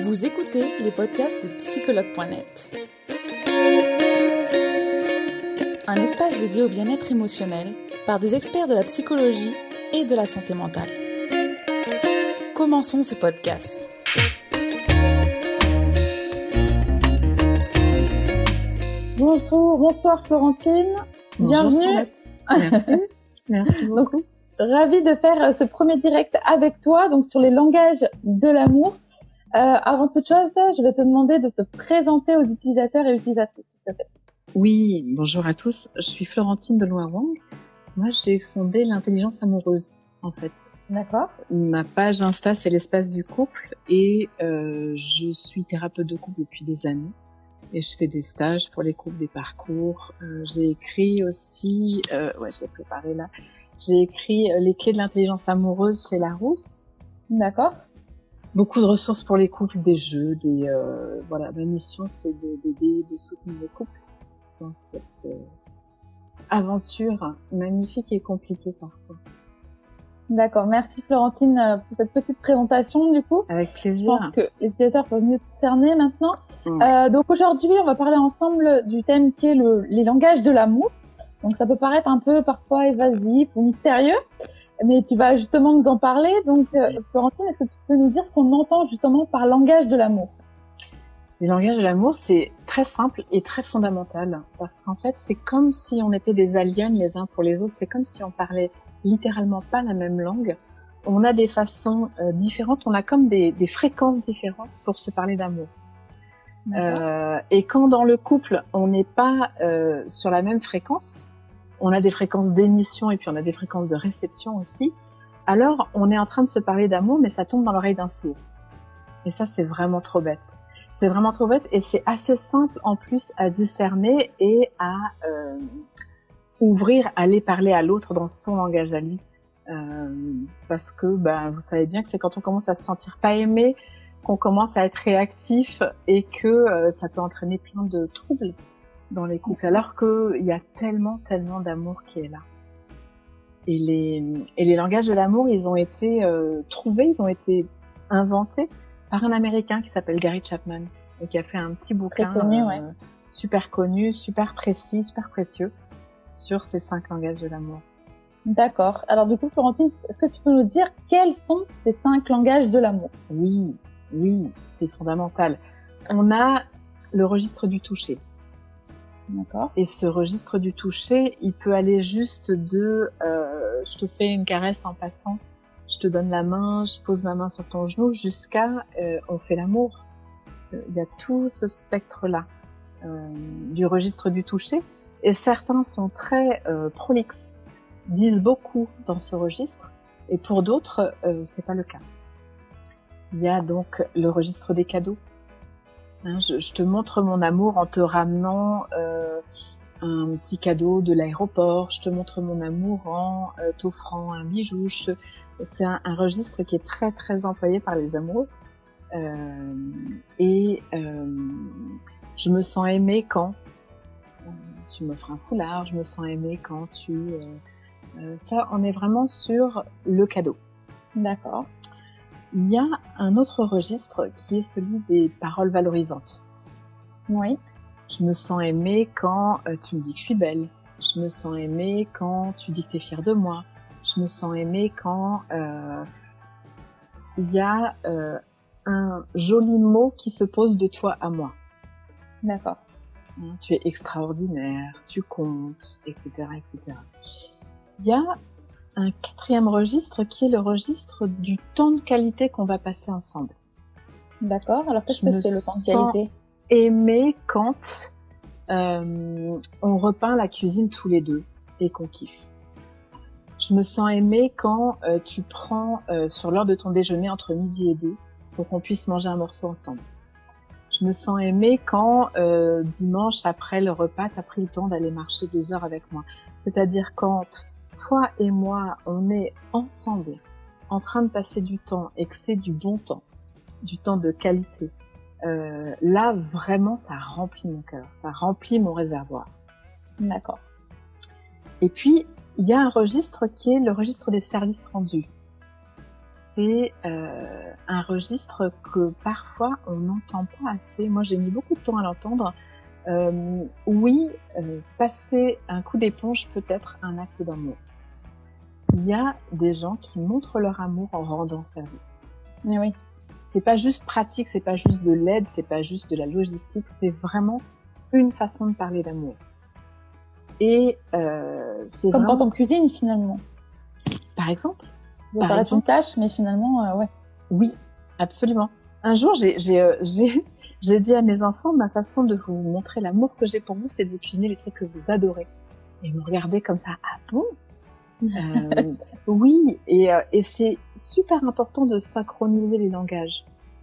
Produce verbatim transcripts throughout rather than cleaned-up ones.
Vous écoutez les podcasts de psychologue point net. Un espace dédié au bien-être émotionnel par des experts de la psychologie et de la santé mentale. Commençons ce podcast. Bonjour, bonsoir Florentine. Bonjour, Bienvenue. Merci, merci beaucoup. Donc, ravie de faire ce premier direct avec toi, donc sur les langages de l'amour. Euh, avant toute chose, je vais te demander de te présenter aux utilisateurs et utilisatrices, s'il te plaît. Oui, bonjour à tous. Je suis Florentine de Loirong. Moi, j'ai fondé l'intelligence amoureuse, en fait. D'accord. Ma page Insta, c'est l'espace du couple et euh, je suis thérapeute de couple depuis des années. Et je fais des stages pour les couples, des parcours. Euh, j'ai écrit aussi, euh, ouais, je l'ai préparé là. J'ai écrit euh, les clés de l'intelligence amoureuse chez Larousse. D'accord. Beaucoup de ressources pour les couples, des jeux, des euh, voilà. Ma mission, c'est de, d'aider, de soutenir les couples dans cette euh, aventure magnifique et compliquée parfois. D'accord. Merci Florentine pour cette petite présentation du coup. Avec Je plaisir. pense que les utilisateurs peuvent mieux te cerner maintenant. Mmh. Euh, donc aujourd'hui, on va parler ensemble du thème qui est le, les langages de l'amour. Donc ça peut paraître un peu parfois évasif ou mystérieux, mais tu vas justement nous en parler. Donc euh, Florentine, est-ce que tu peux nous dire ce qu'on entend justement par langage de l'amour ? Le langage de l'amour, c'est très simple et très fondamental parce qu'en fait, c'est comme si on était des aliens les uns pour les autres. C'est comme si on parlait littéralement pas la même langue. On a des façons euh, différentes, on a comme des, des fréquences différentes pour se parler d'amour. Euh, et quand dans le couple, on n'est pas euh, sur la même fréquence, on a des fréquences d'émission et puis on a des fréquences de réception aussi, alors on est en train de se parler d'amour, mais ça tombe dans l'oreille d'un sourd. Et ça, c'est vraiment trop bête. C'est vraiment trop bête et c'est assez simple en plus à discerner et à euh, ouvrir, à aller parler à l'autre dans son langage à lui. Euh, parce que ben, vous savez bien que c'est quand on commence à se sentir pas aimé, qu'on commence à être réactif et que euh, ça peut entraîner plein de troubles dans les couples, alors qu'il y a tellement, tellement d'amour qui est là. Et les, et les langages de l'amour, ils ont été euh, trouvés, ils ont été inventés par un Américain qui s'appelle Gary Chapman et qui a fait un petit bouquin Très connu, euh, ouais. super connu, super précis, super précieux sur ces cinq langages de l'amour. D'accord. Alors du coup, Florentine, est-ce que tu peux nous dire quels sont ces cinq langages de l'amour ? Oui, oui, c'est fondamental. On a le registre du toucher. D'accord. Et ce registre du toucher, il peut aller juste de euh, je te fais une caresse en passant, je te donne la main, je pose ma main sur ton genou, jusqu'à euh, on fait l'amour. Il y a tout ce spectre-là euh, du registre du toucher. Et certains sont très euh, prolixes, disent beaucoup dans ce registre, et pour d'autres, euh, c'est pas le cas. Il y a donc le registre des cadeaux. Hein, je, je te montre mon amour en te ramenant euh, un petit cadeau de l'aéroport. Je te montre mon amour en euh, t'offrant un bijou. Je te... C'est un, un registre qui est très très employé par les amoureux. Euh, et euh, je me sens aimée quand euh, tu m'offres un foulard. Je me sens aimée quand tu... Euh, euh, ça, on est vraiment sur le cadeau. D'accord. Il y a un autre registre qui est celui des paroles valorisantes. Oui. Je me sens aimée quand euh, tu me dis que je suis belle. Je me sens aimée quand tu dis que tu es fière de moi. Je me sens aimée quand euh, il y a euh, un joli mot qui se pose de toi à moi. D'accord. Hein, tu es extraordinaire, tu comptes, et cetera, et cetera. Il y a un quatrième registre qui est le registre du temps de qualité qu'on va passer ensemble. D'accord. Alors qu'est-ce Je que me c'est le temps de sens qualité ? Aimer quand euh, on repeint la cuisine tous les deux et qu'on kiffe. Je me sens aimée quand euh, tu prends euh, sur l'heure de ton déjeuner entre midi et deux pour qu'on puisse manger un morceau ensemble. Je me sens aimée quand euh, dimanche après le repas, tu as pris le temps d'aller marcher deux heures avec moi. C'est-à-dire quand toi et moi, on est ensemble en train de passer du temps et que c'est du bon temps, du temps de qualité. Euh, là, vraiment, ça remplit mon cœur, ça remplit mon réservoir. D'accord. Et puis, il y a un registre qui est le registre des services rendus. c'est euh, un registre que parfois on n'entend pas assez. Moi, j'ai mis beaucoup de temps à l'entendre. Euh, oui, euh, passer un coup d'éponge peut être un acte d'amour. Il y a des gens qui montrent leur amour en rendant service. Oui. C'est pas juste pratique, c'est pas juste de l'aide, c'est pas juste de la logistique, c'est vraiment une façon de parler d'amour. Et euh, c'est comme vraiment... quand on cuisine finalement. Par exemple. Ça paraît une tâche, mais finalement, euh, ouais. Oui, absolument. Un jour, j'ai, j'ai, euh, j'ai, j'ai dit à mes enfants, ma façon de vous montrer l'amour que j'ai pour vous, c'est de vous cuisiner les trucs que vous adorez. Et ils me regardaient comme ça, ah bon? euh, Oui, et, euh, et c'est super important de synchroniser les langages.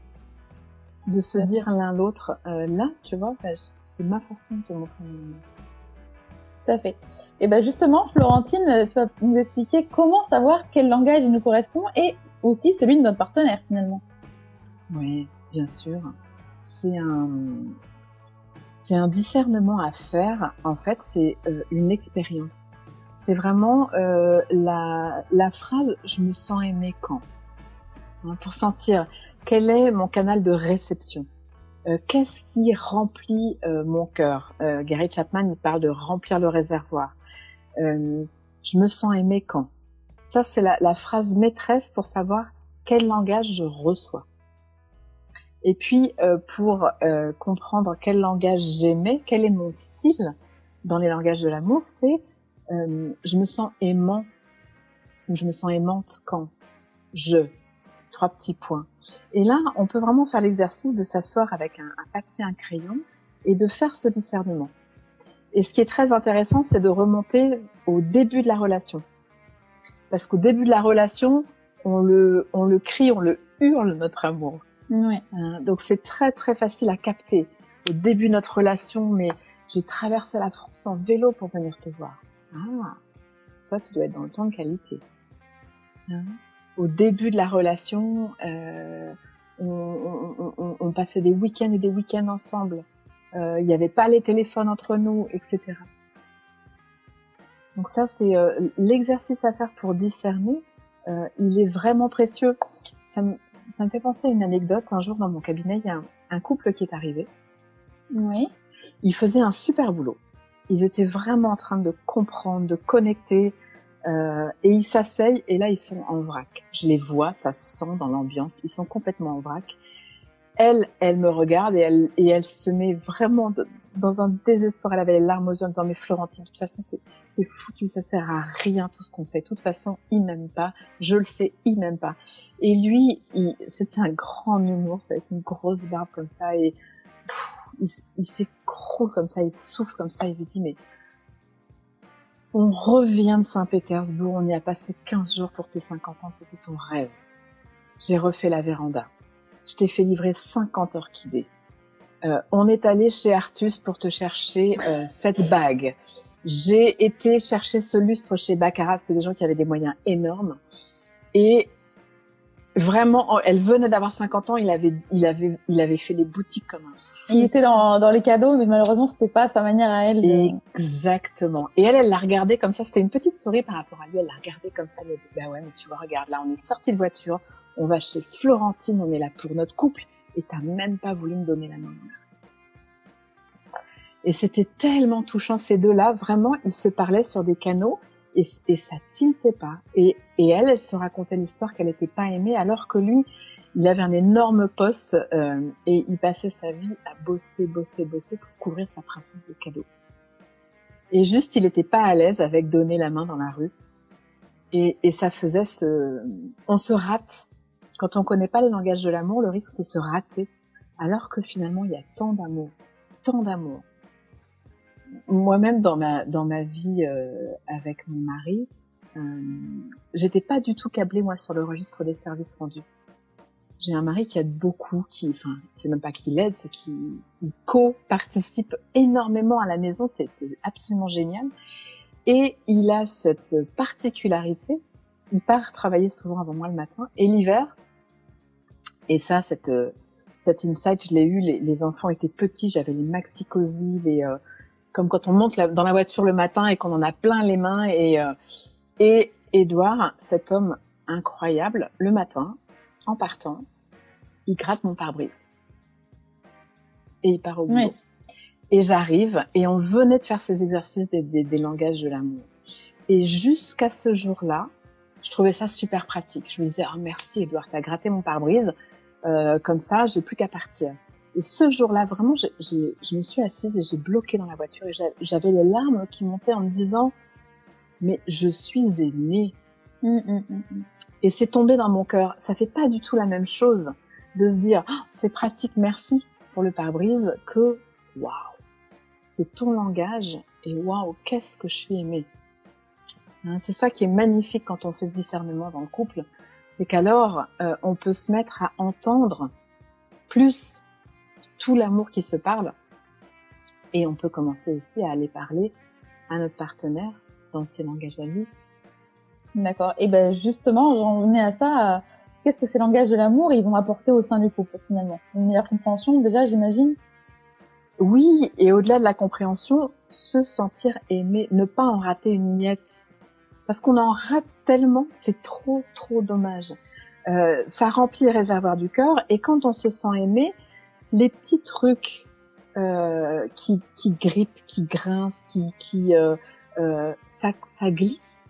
De se ouais. dire l'un l'autre, euh, là, tu vois, bah, c'est ma façon de te montrer l'amour. Tout à fait. Et ben justement, Florentine, tu vas nous expliquer comment savoir quel langage il nous correspond et aussi celui de notre partenaire finalement. Oui, bien sûr. C'est un, c'est un discernement à faire. En fait, c'est euh, une expérience. C'est vraiment euh, la, la phrase « je me sens aimé quand ?» hein, pour sentir quel est mon canal de réception. Euh, qu'est-ce qui remplit euh, mon cœur? euh, Gary Chapman, il parle de remplir le réservoir. Euh, je me sens aimé quand? Ça, c'est la, la phrase maîtresse pour savoir quel langage je reçois. Et puis, euh, pour euh, comprendre quel langage j'aimais, quel est mon style dans les langages de l'amour, c'est euh, je me sens aimant ou je me sens aimante quand? Je... Trois petits points. Et là, on peut vraiment faire l'exercice de s'asseoir avec un, un papier, un crayon et de faire ce discernement. Et ce qui est très intéressant, c'est de remonter au début de la relation. Parce qu'au début de la relation, on le, on le crie, on le hurle, notre amour. Oui. Hein, donc c'est très très facile à capter. Au début de notre relation, mais j'ai traversé la France en vélo pour venir te voir. Ah, toi, tu dois être dans le temps de qualité. Hein? Au début de la relation, euh, on, on, on, on passait des week-ends et des week-ends ensemble. Euh, il n'y avait pas les téléphones entre nous, et cetera. Donc ça, c'est euh, l'exercice à faire pour discerner. Euh, il est vraiment précieux. Ça me, ça me fait penser à une anecdote. Un jour, dans mon cabinet, il y a un, un couple qui est arrivé. Oui. Ils faisaient un super boulot. Ils étaient vraiment en train de comprendre, de connecter. Euh, et ils s'asseyent et là ils sont en vrac. Je les vois, ça se sent dans l'ambiance, ils sont complètement en vrac. Elle, elle me regarde et elle, et elle se met vraiment de, dans un désespoir. Elle avait les larmes aux yeux en disant mais Florentine, de toute façon c'est, c'est foutu, ça sert à rien tout ce qu'on fait. De toute façon, il m'aime pas, je le sais, il m'aime pas. Et lui, il, c'était un grand nounours avec une grosse barbe comme ça et pff, il, il s'écroule comme ça, il souffle comme ça. Il lui dit mais on revient de Saint-Pétersbourg, on y a passé quinze jours pour tes cinquante ans, c'était ton rêve. J'ai refait la véranda. Je t'ai fait livrer cinquante orchidées. Euh, on est allé chez Artus pour te chercher euh, cette bague. J'ai été chercher ce lustre chez Baccarat, c'était des gens qui avaient des moyens énormes. Et vraiment, elle venait d'avoir cinquante ans, il avait, il avait, il avait fait les boutiques comme un fou. Il était dans, dans les cadeaux, mais malheureusement, c'était pas sa manière à elle. De... Exactement. Et elle, elle l'a regardé comme ça. C'était une petite souris par rapport à lui. Elle l'a regardé comme ça. Elle lui a dit, bah ouais, mais tu vois, regarde, là, on est sorti de voiture. On va chez Florentine. On est là pour notre couple. Et t'as même pas voulu me donner la main. Et c'était tellement touchant. Ces deux-là, vraiment, ils se parlaient sur des canaux et, et ça tiltait pas. Et, et elle, elle se racontait l'histoire qu'elle était pas aimée alors que lui, il avait un énorme poste euh, et il passait sa vie à bosser, bosser, bosser pour couvrir sa princesse de cadeaux. Et juste, il était pas à l'aise avec donner la main dans la rue. Et, et ça faisait ce... On se rate. Quand on connaît pas le langage de l'amour, le risque, c'est se rater. Alors que finalement, il y a tant d'amour. Tant d'amour. Moi-même, dans ma, dans ma vie euh, avec mon mari, euh, j'étais pas du tout câblée, moi, sur le registre des services rendus. J'ai un mari qui aide beaucoup, qui, enfin, c'est même pas qu'il aide, c'est qu'il il co-participe énormément à la maison, c'est, c'est absolument génial. Et il a cette particularité, il part travailler souvent avant moi le matin, et l'hiver, et ça, cette, cette insight, je l'ai eu, les, les enfants étaient petits, j'avais les maxi-cosy, les, euh, comme quand on monte la, dans la voiture le matin et qu'on en a plein les mains, et, euh, et Édouard, cet homme, incroyable, le matin, en partant, il gratte mon pare-brise. Et il part au boulot. Oui. Et j'arrive, et on venait de faire ces exercices des, des, des langages de l'amour. Et jusqu'à ce jour-là, je trouvais ça super pratique. Je me disais, oh, merci Edouard, t'as gratté mon pare-brise, euh, comme ça, j'ai plus qu'à partir. Et ce jour-là, vraiment, j'ai, j'ai, je me suis assise et j'ai bloqué dans la voiture, et j'avais les larmes qui montaient en me disant, mais je suis aimée. Mmh, mmh, mmh. Et c'est tombé dans mon cœur. Ça fait pas du tout la même chose de se dire, oh, c'est pratique, merci pour le pare-brise, que waouh, c'est ton langage et waouh, qu'est-ce que je suis aimée. Hein, c'est ça qui est magnifique quand on fait ce discernement dans le couple, c'est qu'alors euh, on peut se mettre à entendre plus tout l'amour qui se parle, et on peut commencer aussi à aller parler à notre partenaire dans ses langages à lui. D'accord. Et ben justement, j'en venais à ça. À... Qu'est-ce que ces langages de l'amour ils vont apporter au sein du couple finalement? Une meilleure compréhension déjà, j'imagine. Oui, et au-delà de la compréhension, se sentir aimé, ne pas en rater une miette. Parce qu'on en rate tellement, c'est trop, trop dommage. Euh, ça remplit les réservoirs du cœur, et quand on se sent aimé, les petits trucs euh, qui, qui grippent, qui grincent, qui, qui euh, euh, ça, ça glisse.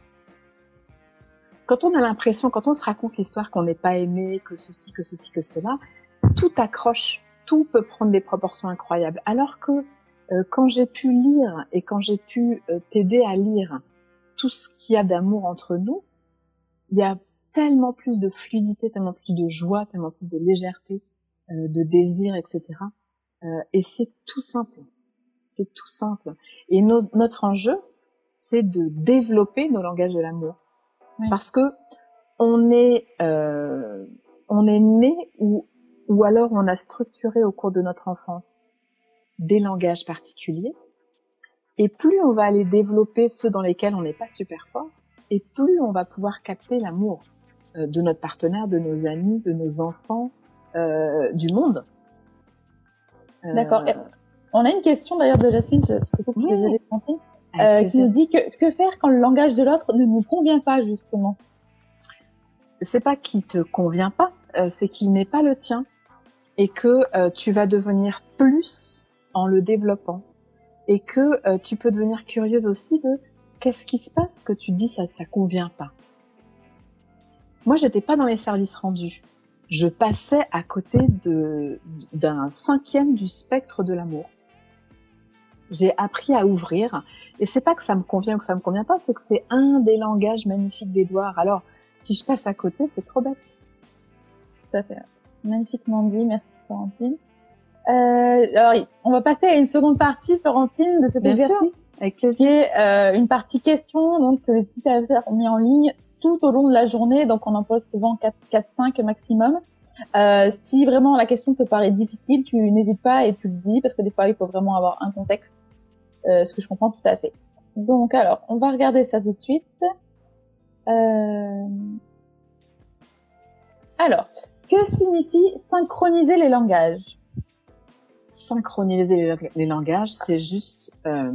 Quand on a l'impression, quand on se raconte l'histoire qu'on n'est pas aimé, que ceci, que ceci, que cela, tout accroche, tout peut prendre des proportions incroyables. Alors que euh, quand j'ai pu lire et quand j'ai pu euh, t'aider à lire tout ce qu'il y a d'amour entre nous, il y a tellement plus de fluidité, tellement plus de joie, tellement plus de légèreté, euh, de désir, et cetera. Euh, et c'est tout simple. C'est tout simple. Et no- notre enjeu, c'est de développer nos langages de l'amour. Oui. Parce que on est, euh, on est né ou, ou alors on a structuré au cours de notre enfance des langages particuliers. Et plus on va aller développer ceux dans lesquels on n'est pas super fort, et plus on va pouvoir capter l'amour euh, de notre partenaire, de nos amis, de nos enfants, euh, du monde. Euh... D'accord. On a une question d'ailleurs de Jasmine, je suis beaucoup désolée, Francine, euh, qui nous dit que, que faire quand le langage de l'autre ne nous convient pas, justement? C'est pas qu'il te convient pas, euh, c'est qu'il n'est pas le tien, et que euh, tu vas devenir plus en le développant, et que euh, tu peux devenir curieuse aussi de qu'est-ce qui se passe que tu dis ça, ça convient pas. Moi, j'étais pas dans les services rendus. Je passais à côté de, d'un cinquième du spectre de l'amour. J'ai appris à ouvrir, et c'est pas que ça me convient ou que ça me convient pas, c'est que c'est un des langages magnifiques d'Edouard. Alors, si je passe à côté, c'est trop bête. Tout à fait. Magnifiquement dit, merci Florentine. Euh, alors, on va passer à une seconde partie, Florentine, de cet Bien exercice. Sûr, avec plaisir. Qui est euh, une partie question, donc que le petit avatar mis en ligne tout au long de la journée, donc on en pose souvent quatre cinq maximum. Euh, si vraiment la question te paraît difficile, tu n'hésites pas et tu le dis, parce que des fois il faut vraiment avoir un contexte, euh, ce que je comprends tout à fait. Donc alors, on va regarder ça tout de suite. Euh... Alors, que signifie synchroniser les langages? Synchroniser les, les langages, c'est juste euh,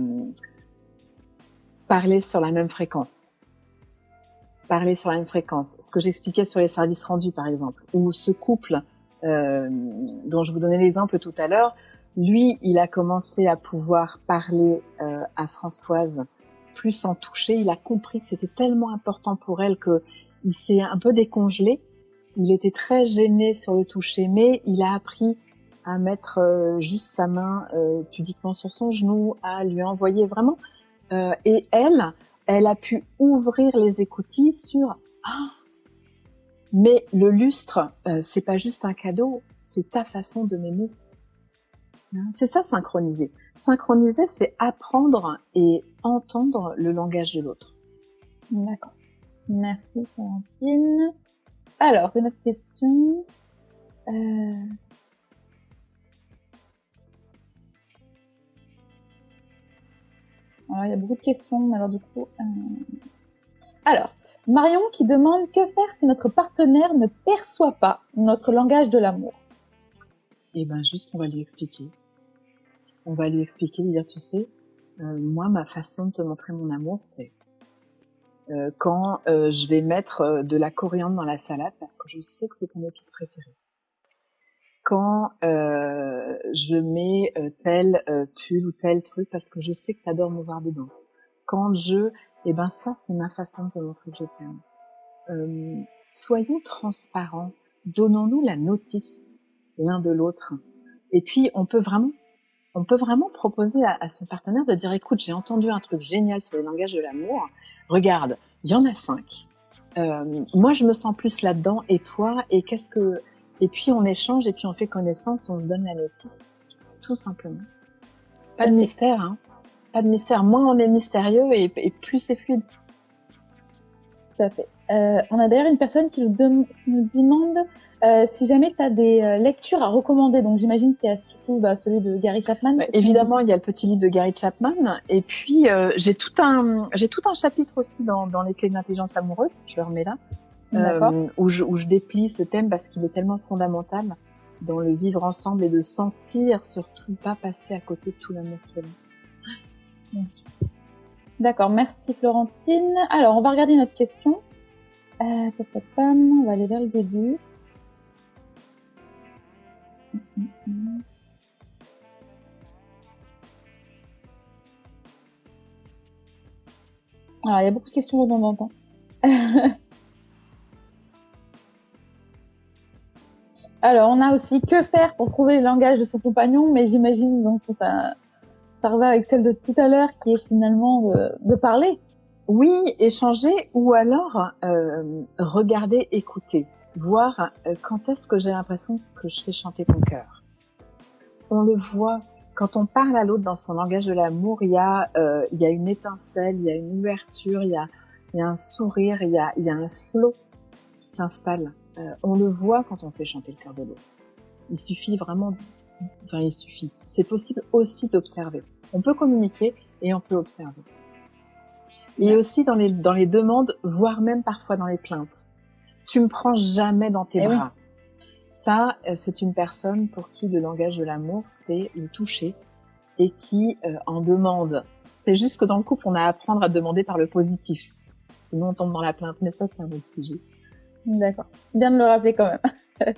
parler sur la même fréquence. Parler sur la même fréquence. Ce que j'expliquais sur les services rendus, par exemple, où ce couple euh, dont je vous donnais l'exemple tout à l'heure, lui, il a commencé à pouvoir parler euh, à Françoise plus en toucher. Il a compris que c'était tellement important pour elle que il s'est un peu décongelé. Il était très gêné sur le toucher, mais il a appris à mettre euh, juste sa main euh, pudiquement sur son genou, à lui envoyer vraiment. Euh, et elle, elle a pu ouvrir les écoutilles sur ah, mais le lustre, euh, c'est pas juste un cadeau, c'est ta façon de m'aimer. Hein, c'est ça synchroniser. Synchroniser, c'est apprendre et entendre le langage de l'autre. D'accord. Merci Florentine. Alors, une autre question. Euh... Alors, il y a beaucoup de questions, mais alors du coup... Euh... Alors, Marion qui demande que faire si notre partenaire ne perçoit pas notre langage de l'amour? Eh ben, juste, on va lui expliquer. On va lui expliquer, lui dire, tu sais, euh, moi, ma façon de te montrer mon amour, c'est... euh, quand euh, je vais mettre euh, de la coriandre dans la salade parce que je sais que c'est ton épice préférée. Quand euh, je mets euh, tel euh, pull ou tel truc parce que je sais que tu adores me voir dedans. Quand je... Eh ben ça, c'est ma façon de te montrer que je t'aime. Euh, soyons transparents. Donnons-nous la notice l'un de l'autre. Et puis, on peut vraiment, on peut vraiment proposer à, à son partenaire de dire, écoute, j'ai entendu un truc génial sur les langages de l'amour. Regarde, il y en a cinq. Euh, moi, je me sens plus là-dedans. Et toi, et qu'est-ce que... Et puis, on échange et puis on fait connaissance, on se donne la notice. Tout simplement. Pas de mystère, hein. Pas de mystère. Moins on est mystérieux et, et plus c'est fluide. Tout à fait. Euh, on a d'ailleurs une personne qui nous, dem- qui nous demande euh, si jamais tu as des euh, lectures à recommander. Donc j'imagine qu'il y a surtout bah, celui de Gary Chapman. Ouais, évidemment, il y a le petit livre de Gary Chapman. Et puis euh, j'ai tout un j'ai tout un chapitre aussi dans, dans les clés de l'intelligence amoureuse. Je le remets là, euh, où je où je déplie ce thème parce qu'il est tellement fondamental dans le vivre ensemble et de sentir surtout pas passer à côté de tout l'amour qu'il y a. Bien sûr. D'accord, merci Florentine. Alors, on va regarder notre question. Euh, on va aller vers le début. Alors, il y a beaucoup de questions redondantes. Hein. Alors, on a aussi que faire pour trouver le langage de son compagnon, mais j'imagine donc que ça, ça revient avec celle de tout à l'heure, qui est finalement de, de parler. Oui, échanger ou alors euh, regarder, écouter, voir euh, quand est-ce que j'ai l'impression que je fais chanter ton cœur. On le voit quand on parle à l'autre dans son langage de l'amour, il y a euh, il y a une étincelle, il y a une ouverture, il y a il y a un sourire, il y a il y a un flot qui s'installe. Euh, on le voit quand on fait chanter le cœur de l'autre. Il suffit vraiment, enfin il suffit. C'est possible aussi d'observer. On peut communiquer et on peut observer. Et aussi dans les, dans les demandes, voire même parfois dans les plaintes. Tu me prends jamais dans tes eh bras. Oui. Ça, c'est une personne pour qui le langage de l'amour, c'est le toucher et qui euh, en demande. C'est juste que dans le couple, on a à apprendre à demander par le positif. Sinon, on tombe dans la plainte. Mais ça, c'est un autre sujet. D'accord. Bien de le rappeler quand même.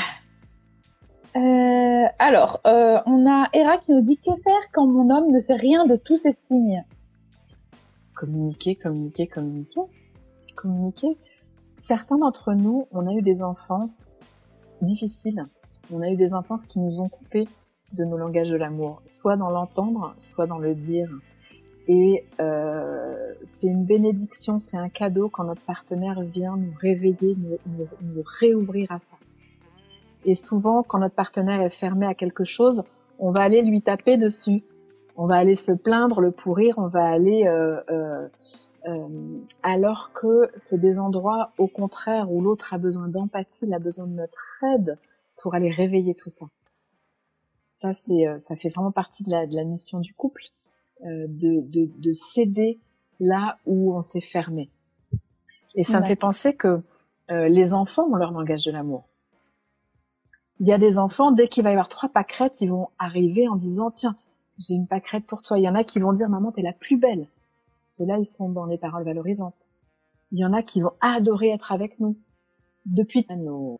euh, alors, euh, on a Hera qui nous dit que faire quand mon homme ne fait rien de tous ces signes. Communiquer, communiquer, communiquer, communiquer. Certains d'entre nous, on a eu des enfances difficiles. On a eu des enfances qui nous ont coupés de nos langages de l'amour, soit dans l'entendre, soit dans le dire. Et euh, c'est une bénédiction, c'est un cadeau quand notre partenaire vient nous réveiller, nous, nous, nous réouvrir à ça. Et souvent, quand notre partenaire est fermé à quelque chose, on va aller lui taper dessus. On va aller se plaindre, le pourrir, on va aller... Euh, euh, euh, alors que c'est des endroits, au contraire, où l'autre a besoin d'empathie, il a besoin de notre aide pour aller réveiller tout ça. Ça, c'est, ça fait vraiment partie de la, de la mission du couple, euh, de, de, de céder là où on s'est fermé. Et ça ouais. me fait penser que euh, les enfants ont leur langage de l'amour. Il y a des enfants, dès qu'il va y avoir trois pâquerettes, ils vont arriver en disant « Tiens, j'ai une pâquerette pour toi. » Il y en a qui vont dire « Maman, t'es la plus belle. » Ceux-là, ils sont dans les paroles valorisantes. Il y en a qui vont adorer être avec nous. Depuis nos...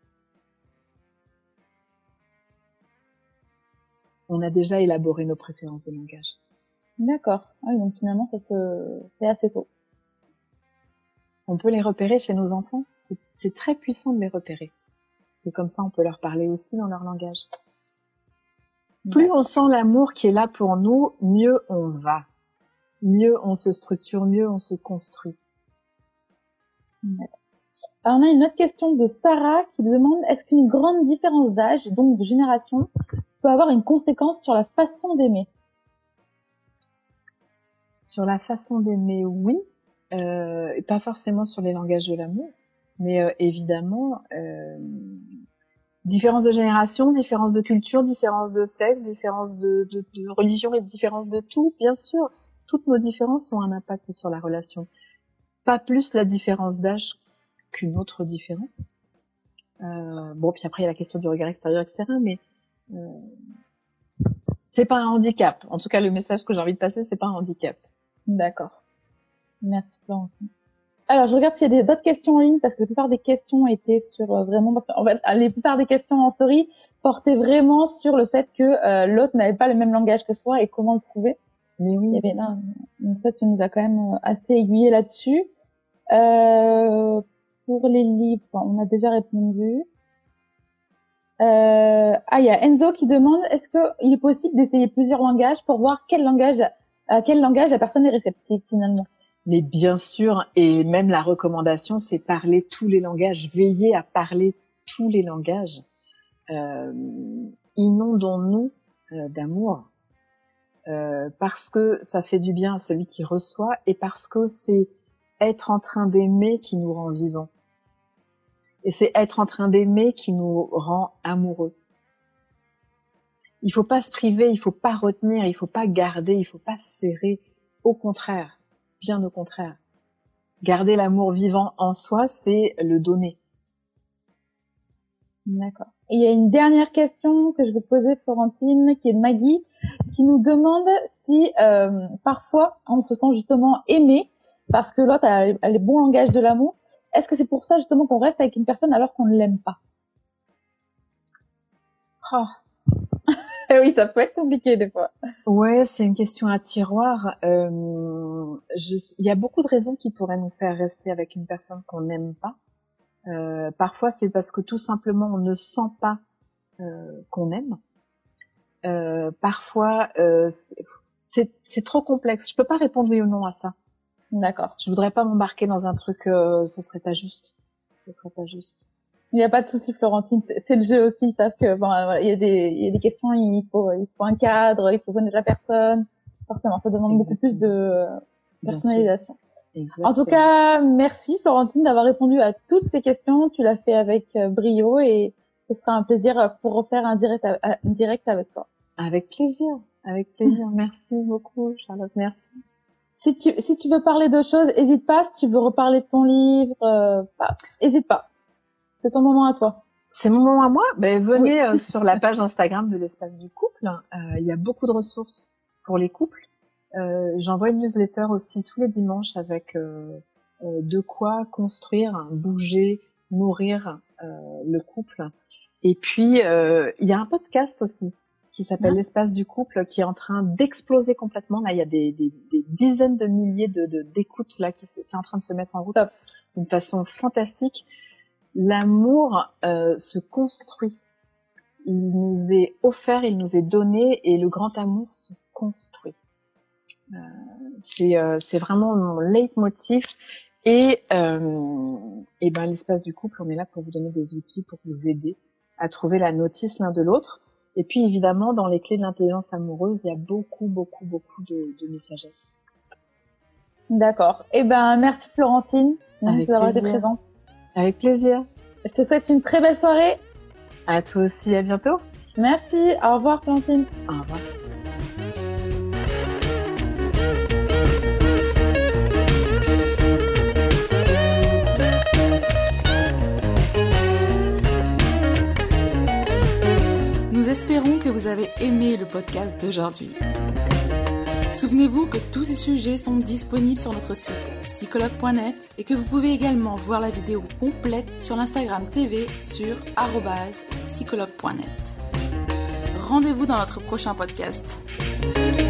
On a déjà élaboré nos préférences de langage. D'accord. Oui, donc finalement, ça se fait assez tôt. On peut les repérer chez nos enfants. C'est, c'est très puissant de les repérer. Parce que comme ça, on peut leur parler aussi dans leur langage. Plus on sent l'amour qui est là pour nous, mieux on va. Mieux on se structure, mieux on se construit. Alors, on a une autre question de Sarah qui demande est-ce qu'une grande différence d'âge, donc de génération, peut avoir une conséquence sur la façon d'aimer? Sur la façon d'aimer, oui. Euh, pas forcément sur les langages de l'amour, mais euh, évidemment... Euh, différence de génération, différence de culture, différence de sexe, différence de, de, de religion et différence de tout, bien sûr. Toutes nos différences ont un impact sur la relation. Pas plus la différence d'âge qu'une autre différence. Euh, bon, puis après, il y a la question du regard extérieur, et cetera. Mais euh, c'est pas un handicap. En tout cas, le message que j'ai envie de passer, c'est pas un handicap. D'accord. Merci, Florentine. Alors, je regarde s'il y a des, d'autres questions en ligne parce que la plupart des questions étaient sur euh, vraiment parce qu'en fait, la plupart des questions en story portaient vraiment sur le fait que euh, l'autre n'avait pas le même langage que soi et comment le trouver. Mais oui. Il y avait, non, donc ça, tu nous as quand même assez aiguillé là-dessus. Euh, pour les livres, on a déjà répondu. Euh, ah, il y a Enzo qui demande est-ce que il est possible d'essayer plusieurs langages pour voir quel langage, à quel langage la personne est réceptive finalement. Mais bien sûr, et même la recommandation, c'est parler tous les langages, veiller à parler tous les langages. Euh, inondons-nous euh, d'amour, euh, parce que ça fait du bien à celui qui reçoit et parce que c'est être en train d'aimer qui nous rend vivants. Et c'est être en train d'aimer qui nous rend amoureux. Il faut pas se priver, il faut pas retenir, il faut pas garder, il faut pas serrer. Au contraire. Bien au contraire. Garder l'amour vivant en soi, c'est le donner. D'accord. Et il y a une dernière question que je vais poser, Florentine, qui est de Maggie, qui nous demande si euh, parfois on se sent justement aimé parce que l'autre a, a les bons langages de l'amour. Est-ce que c'est pour ça justement qu'on reste avec une personne alors qu'on ne l'aime pas? Oh. Eh oui, ça peut être compliqué des fois. Ouais, c'est une question à tiroir. Euh, je, il y a beaucoup de raisons qui pourraient nous faire rester avec une personne qu'on n'aime pas. Euh, parfois, c'est parce que tout simplement, on ne sent pas euh, qu'on aime. Euh, parfois, euh, c'est, c'est, c'est trop complexe. Je peux pas répondre oui ou non à ça. D'accord. Je voudrais pas m'embarquer dans un truc, euh, ce serait pas juste. Ce serait pas juste. Il n'y a pas de souci, Florentine. C'est, c'est le jeu aussi. Ils savent que bon, voilà, il y a des, il y a des questions. Il faut, il faut un cadre. Il faut connaître la personne. Forcément, ça demande Exactement. beaucoup plus de personnalisation. En tout cas, merci Florentine d'avoir répondu à toutes ces questions. Tu l'as fait avec brio et ce sera un plaisir pour refaire un direct, un direct avec toi. Avec plaisir, avec plaisir. Merci beaucoup, Charlotte. Merci. Si tu, si tu veux parler d'autre chose, hésite pas. Si tu veux reparler de ton livre, euh, bah, hésite pas. C'est ton moment à toi. C'est mon moment à moi. Ben, venez oui. euh, sur la page Instagram de l'Espace du Couple. Euh, il y a beaucoup de ressources pour les couples. Euh, j'envoie une newsletter aussi tous les dimanches avec euh, euh, de quoi construire, bouger, nourrir euh, le couple. Et puis, euh, il y a un podcast aussi qui s'appelle ah. L'Espace du Couple, qui est en train d'exploser complètement. Là, il y a des, des, des dizaines de milliers de, de, d'écoutes là qui c'est en train de se mettre en route Top. D'une façon fantastique. L'amour euh, se construit. Il nous est offert, il nous est donné, et le grand amour se construit. Euh, c'est, euh, c'est vraiment mon leitmotiv. Et, euh, et ben, l'Espace du Couple, on est là pour vous donner des outils, pour vous aider à trouver la notice l'un de l'autre. Et puis, évidemment, dans les clés de l'intelligence amoureuse, il y a beaucoup, beaucoup, beaucoup de, de messagesse. D'accord. Eh ben, merci Florentine d'avoir été présente. Avec plaisir. Je te souhaite une très belle soirée. À toi aussi, à bientôt. Merci. Au revoir Florentine. Au revoir. Nous espérons que vous avez aimé le podcast d'aujourd'hui. Souvenez-vous que tous ces sujets sont disponibles sur notre site psychologue point net et que vous pouvez également voir la vidéo complète sur l'Instagram T V sur arobase psychologue point net. Rendez-vous dans notre prochain podcast.